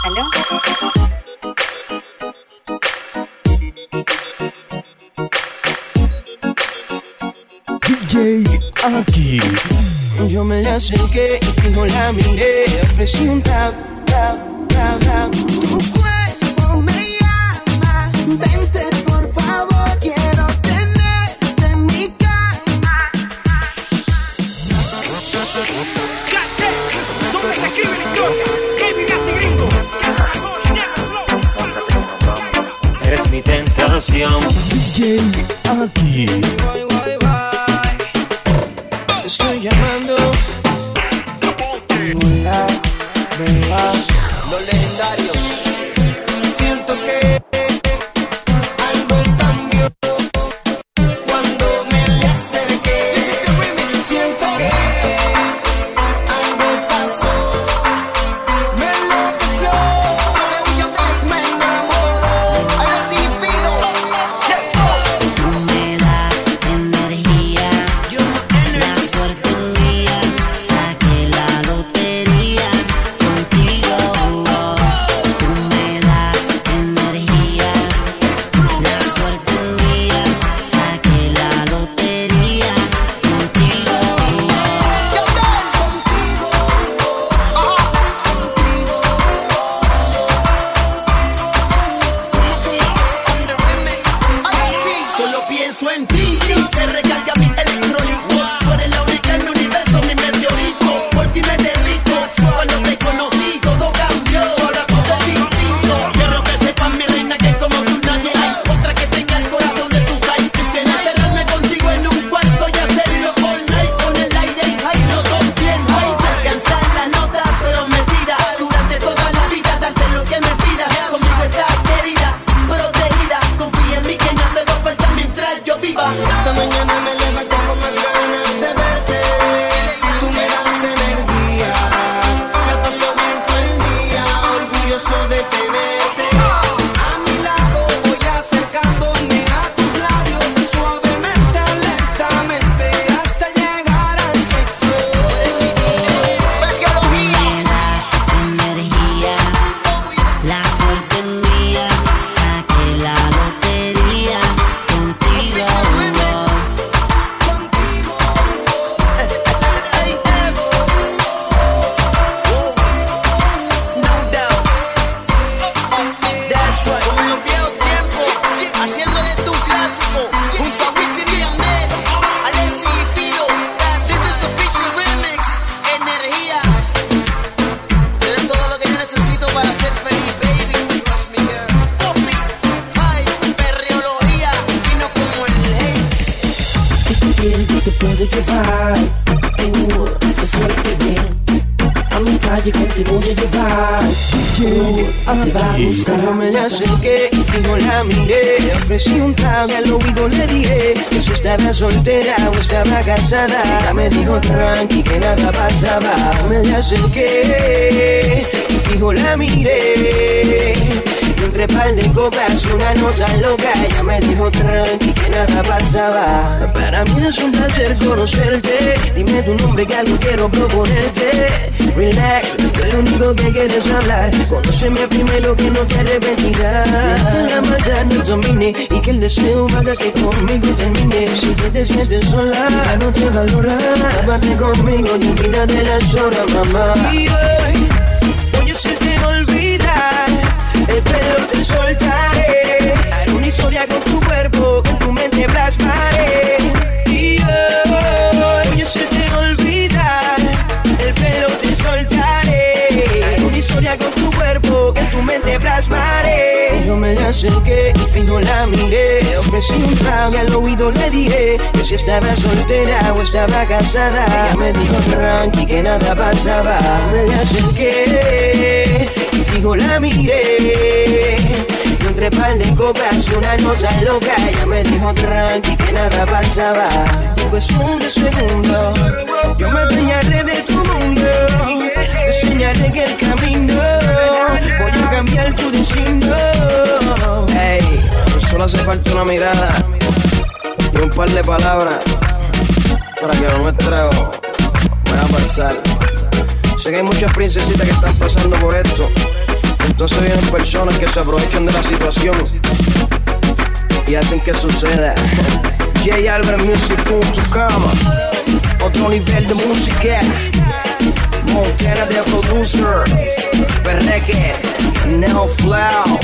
¿Aló? DJ aquí. Yo me la acerqué y fijo la miré. Ofrecí un trago. Tu cuerpo me llama. Vente por favor, quiero tenerte en mi cama. ¿Dónde se escribe la historia? Baby Nasty Gringo. Eres mi tentación. DJ aquí. Estoy llamando. Hola, beba. Los legendarios. Siento que algo cambió cuando me le acerqué. Siento que algo pasó. Me enloqueció. Me enamoró. Tú me das energía, la suerte un día, saqué la lotería contigo. Tú me das energía, la suerte un día, saqué la lotería contigo. Solo pienso en ti, se recarga mi electrónico. Tú eres la única en mi universo, mi meteorito. Por ti me derrito, cuando te conocí todo cambió. Ahora todo es distinto. Quiero que sepas, mi reina, que como tú nadie hay otra que tenga el corazón de tus aires. Quisiera encerrarme contigo en un cuarto y hacerlo all night con el aire y ay, los dos bien high. Alcanzar la nota prometida durante toda la vida, darte lo que me pidas. Conmigo estás querida, protegida. Confía en mí que no te va a faltar mientras yo viva. Esta mañana me levanté con más ganas de verte. Tú me das energía. Me paso bien todo el día, orgulloso de tenerte. A mi lado voy acercándome a tus labios, suavemente, lentamente, hasta llegar al sexo. Tú me das energía, la suerte un día, saqué la lotería contigo. No doubt. That's right. Como en los viejos tiempos, haciendo de tu clásico, junto a Wisin y Yandel, Alessi y Fido. This is the feature remix, energía. Tienes todo lo que yo necesito para ser feliz, baby. Trust me, girl. Coffee, ay, perreología, vino como el Haze. Si tú quieres yo te puedo llevar, se suerte bien. A mi calle te voy a llevar, te va a gustar. Yo me la acerqué y fijo la miré. Le ofrecí un trago y al oído le dije que si estaba soltera o estaba casada. Ella me dijo tranqui que nada pasaba. Me la acerqué y fijo la miré. Y entre par de copas una nota loca. Ella me dijo tranqui que nada pasaba. Para mí es un placer conocerte. Dime tu nombre que algo quiero proponerte. Relax, que lo único que quieres hablar. Conóceme primero que no te arrepentirás. Que la maldad no domine y que el deseo haga que conmigo termine. Si te sientes sola, no te valora. Vete conmigo y olvídate las horas, mamá. Y hoy voy a hacerte olvidar. El pelo te soltaré. Haré una historia con tu cuerpo, con tu mente plasmaré. Y hoy voy a hacerte olvidar. El pelo te soltaré. Haré una historia con tu cuerpo, que en tu mente plasmaré. Yo me la acerqué y fijo la miré. Le ofrecí un trago y al oído le dije que si estaba soltera o estaba casada. Ella me dijo tranqui que nada pasaba. Me la acerqué y fijo la miré. Y entre par de copas una nota loca. Ella me dijo tranqui que nada pasaba. En cuestión de segundos yo me adueñaré de tu mundo. Te enseñaré que el camino voy a cambiar tu destino. Hey, solo hace falta una mirada y un par de palabras para que lo nuestro vaya a pasar. Sé que hay muchas princesitas que están pasando por esto. Entonces vienen personas que se aprovechan de la situación y hacen que suceda. JAlvarezmusic.com. Otro nivel de música. Montana de producer. Perreque. Neo Flow.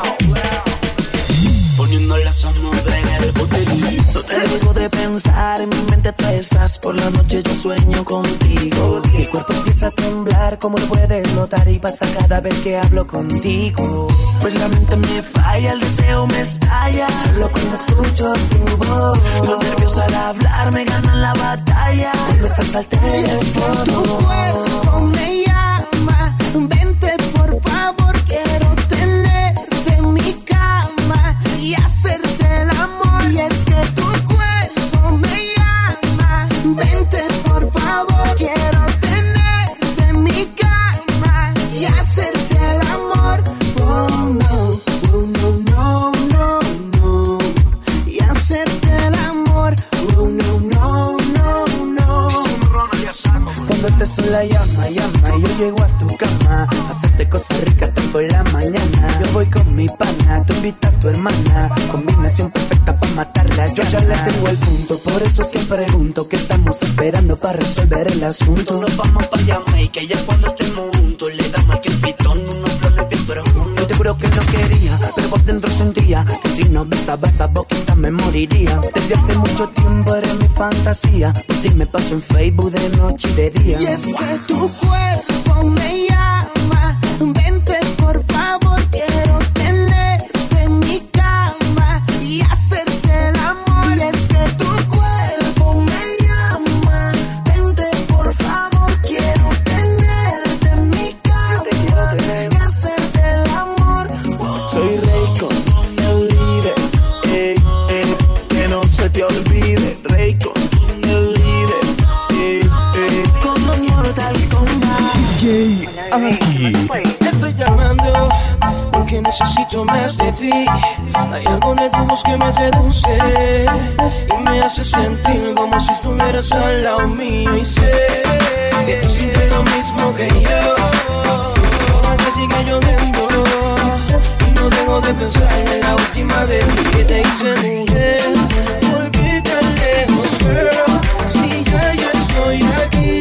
Poniéndole sombra en el botellín. No te dejo de pensar, en mi mente tú estás. Por la noche yo sueño contigo. Mi cuerpo empieza a temblar, como lo puedes notar. Y pasa cada vez que hablo contigo. Pues la mente me falla, el deseo me estalla. Solo cuando escucho tu voz. Los nervios al hablar me ganan la batalla. Cuando estás al teléfono. Tu cuerpo me llama. Vente por favor, quiero tenerte en mi cama y hacerte el amor. Y es que tu cuerpo me llama. Vente por favor, quiero tenerte en mi cama y hacerte el amor. Oh no, oh no, no, no, no. Y hacerte el amor. Oh no, no, no, no. Cuando te sola llama, llama y yo llego a tu cama. Hacerte cosas ricas hasta por la mañana. Yo voy con mi pana, tú invita a tu hermana. Combinación perfecta para matarla. Yo ya le tengo el punto, por eso es que pregunto. ¿Qué estamos esperando para resolver el asunto? Nos vamos pa' Jamaica y ya cuando estemos juntos le damos al pitón unos planes bien profundos. Yo te juro que no quería, pero por dentro sentía que si no besaba esa boquita me moriría. Desde hace mucho tiempo eres mi fantasía. Por ti me paso en Facebook de noche y de día. Y es que tu cuerpo me llama. Vente por favor, quiero tenerte en mi cama y hacerte el amor. Y es que tu cuerpo me llama. Vente por favor, quiero tenerte en mi cama y hacerte el amor. Soy Raycon, el líder, que no se te olvide. Raycon, el líder, con Mortal Kombat. DJ Aki. Estoy llamando porque necesito más de ti. Hay algo de tu voz que me seduce y me hace sentir como si estuvieras al lado mío. Y sé que tú sientes lo mismo que yo. Ahora sigue lloviendo y no dejo de pensar en la última vez que te hice mujer. ¿Por qué tan lejos, girl? Si ya yo estoy aquí.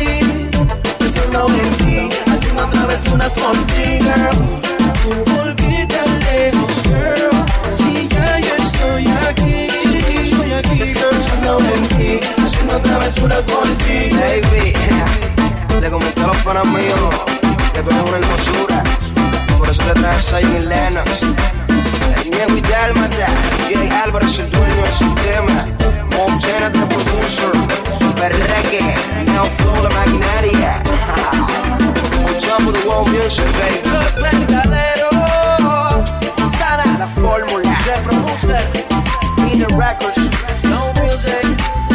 Pensando en ti, haciendo travesuras por ti, girl. ¿Por qué tan lejos, girl? Si ya yo estoy aquí, girl. Pensando en ti, haciendo travesuras por ti. Baby, le comenté a los panas míos que tú eres una hermosura. Por eso te traes ahí en Lennox. El Niego y Dálmata, Jay Álvarez el dueño del sistema. Montana the producer. Perreque, Neo Flow la maquinaria. On top of the world music, baby. Los verdaderos. Montana, la fórmula. The producer. Inner Records. No music.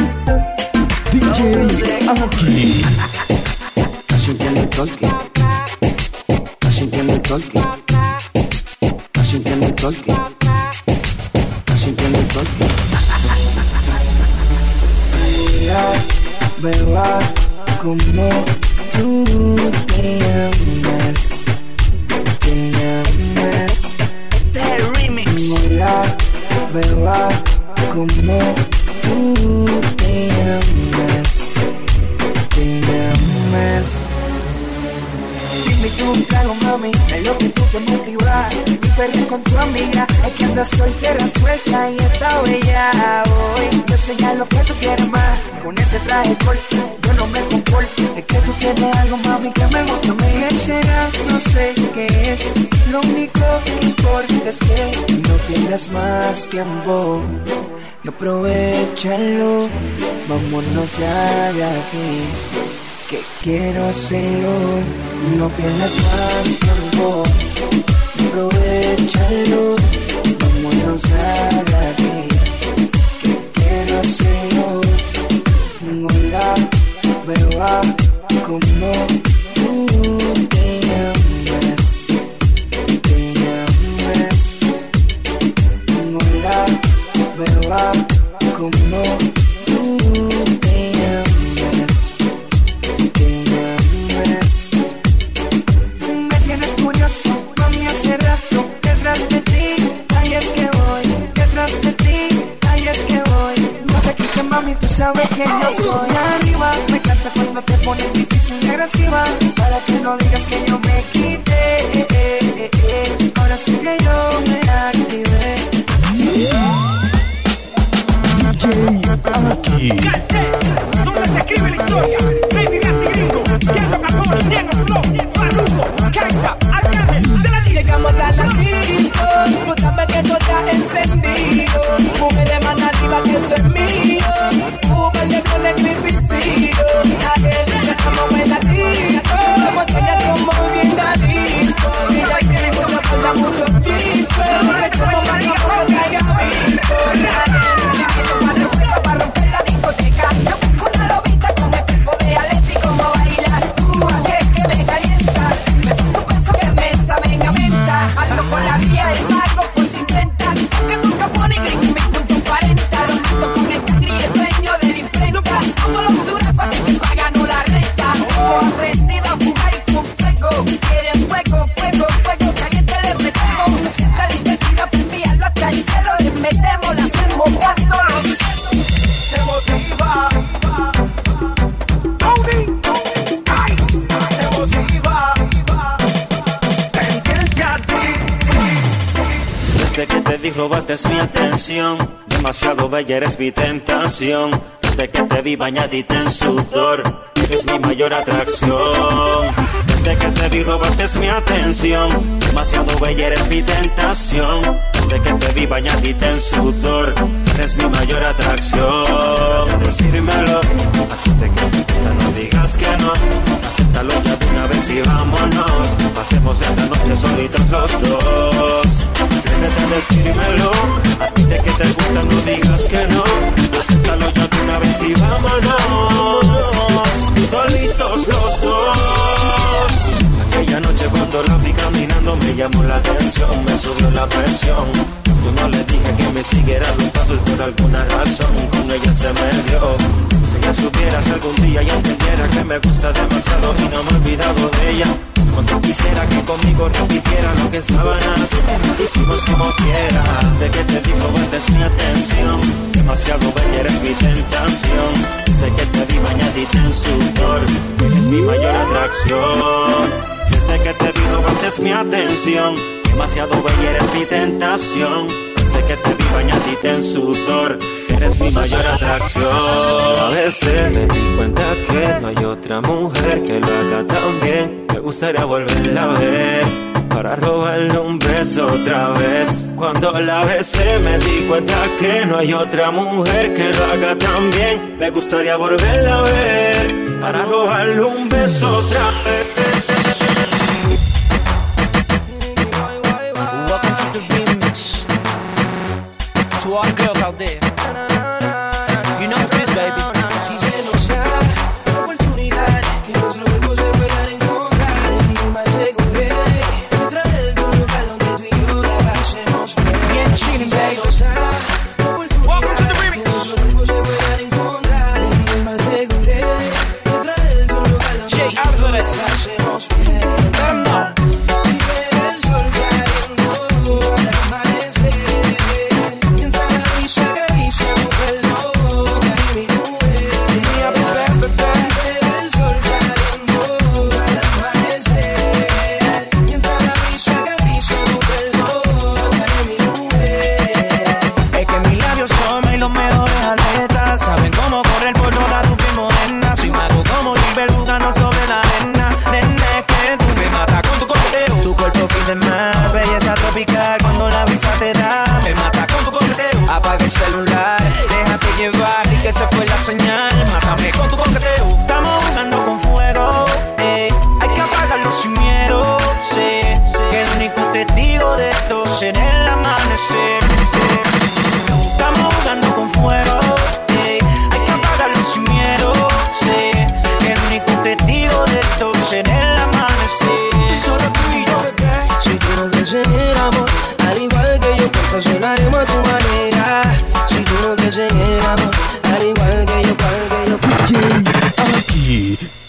DJ Aki. ¿Estás sintiendo el torque? ¿Estás sintiendo el torque? ¿Estás sintiendo el torque? ¿Estás sintiendo el torque? Beba, como tú te llamas, Este es el remix. Hola, beba, como tú te llamas, Dime tú un trago, mami, es lo que tú te motivas. Mi perro con tu amiga, es que andas soltera, suelta y está bella hoy. Yo señalo que tú quieres más, con ese traje corto, yo no me comporto. Es que tú tienes algo, mami, que me gusta. ¿Qué será? No sé qué es. Lo único que importa es que no pierdas más tiempo y aprovechalo. Vámonos ya de aquí, que quiero hacerlo. No pierdas más tiempo y aprovechalo. Vámonos ya de aquí, que quiero hacerlo. Hola, beba, como tú te llamas, Hola, beba, como tú te llamas. Me tienes curioso, mami. hace rato detrás de ti, ahí es que voy, detrás de ti, ahí es que voy. No te quites, mami, tú sabes que yo soy arriba. Me encanta cuando te pones difícil y agresiva, para que no digas que yo me quité. Ahora sí que yo me activé. Aquí. ¿Dónde se escribe la historia? Baby Nasty Gringo, Diego Capone, Diego Flow, Farruko, Caiza, Arcángel, de la disco. Llegamos a la disco, tú sabes que todo está encendido. Mujeres más arriba que eso es mío. Uber le pone cripicido. Aquel que estamos en la disco, botella como bien la disco. Y ya que mucho falta mucho chispe, no sé cómo más no puedo salga visto. Para romper la discoteca, yo busco una lobita con el cuerpo de Aletti, como bailas tú, así es que me calienta. Me son su peso que mesa, venga, menta. Ando con la vía del mago por 50, porque nunca pone gringo en mi punto 40. Lo mato con el cangri, el dueño de la imprenta. Somos los duracos, así que pagan la renta. Hemos aprendido a jugar y con fuego. Quieren fuego, fuego, fuego, caliente les metemos. Sienta la intensidad, envíalo hasta el cielo. Les metemos, la hacemos gasto. Desde que te vi robaste mi atención, demasiado bella eres mi tentación. Desde que te vi bañadita en sudor, eres mi mayor atracción. Desde que te vi robaste mi atención, demasiado bella eres mi tentación. Desde que te vi bañadita en sudor, eres mi mayor atracción. Decírmelo, a ti te gusta, no digas que no. Acéptalo ya de una vez y vámonos. Pasemos esta noche solitos los dos. Atrévete a decírmelo, a ti de que te gusta, no digas que no. Acéptalo ya de una vez y vámonos. Solitos los dos. Aquella noche cuando la vi caminando me llamó la atención, me subió la presión. Yo no le dije que me siguiera los pasos por alguna razón, con ella se me dio. Si ella supiera si algún día ya entendiera que me gusta demasiado y no me he olvidado de ella. Cuando quisiera que conmigo repitiera lo que en sábanas hicimos como quieras. De que te digo, esta es mi atención, demasiado bella eres mi tentación. Desde que te vi bañadita en sudor, eres mi mayor atracción. Desde que te vi robaste mi atención, demasiado bella eres mi tentación. Desde que te vi bañadita en sudor, eres mi mayor atracción. A veces me di cuenta que no hay otra mujer que lo haga tan bien. Me gustaría volverla a ver, para robarle un beso otra vez. Cuando la besé me di cuenta que no hay otra mujer que lo haga tan bien. Me gustaría volverla a ver, para robarle un beso otra vez. Welcome to the remix. To all the girls out there, you know what's this, baby. Bien chilling, baby. Welcome to the remix. Jay Álvarez. Let 'em know. Saben cómo correr por toda tu piel moderna. Soy mago como River jugando sobre la arena. Nene, que tú me matas con tu coqueteo. Tu cuerpo pide más, belleza tropical. Cuando la brisa te da, me mata con tu coqueteo. Apaga el celular, déjate llevar. Y que se fue la señal, mátame con tu coqueteo. Estamos jugando con fuego, hay que apagarlo sin miedo. Sé que el único testigo de esto será el amanecer. Estamos jugando con fuego, sin miedo, sé que el único testigo de esto será el amanecer. Solo tú y yo, bebé. Si tú no crees en el amor, al igual que yo, pues funcionaremos a tu manera. Si tú no crees en el amor, al igual que yo, DJ Aquí.